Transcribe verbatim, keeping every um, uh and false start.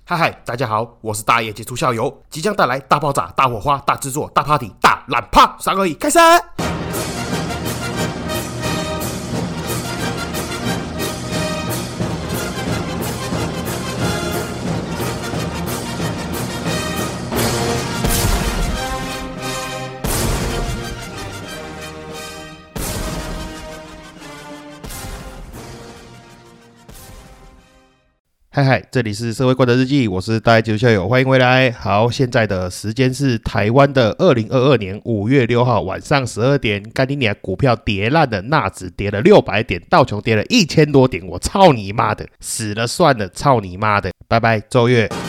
嗨嗨，大家好，我是大业杰出校友，即将带来大爆炸、大火花、大制作、大 party、大懒趴，三二一，开始！嗨嗨，这里是社会观察日记，我是大家杰出校友，欢迎回来。好，现在的时间是台湾的二零二二年五月六号晚上十二点。干你娘，股票跌烂的纳指跌了六百点，道琼跌了一千多点，我操你妈的，死了算了，操你妈的，拜拜，周月。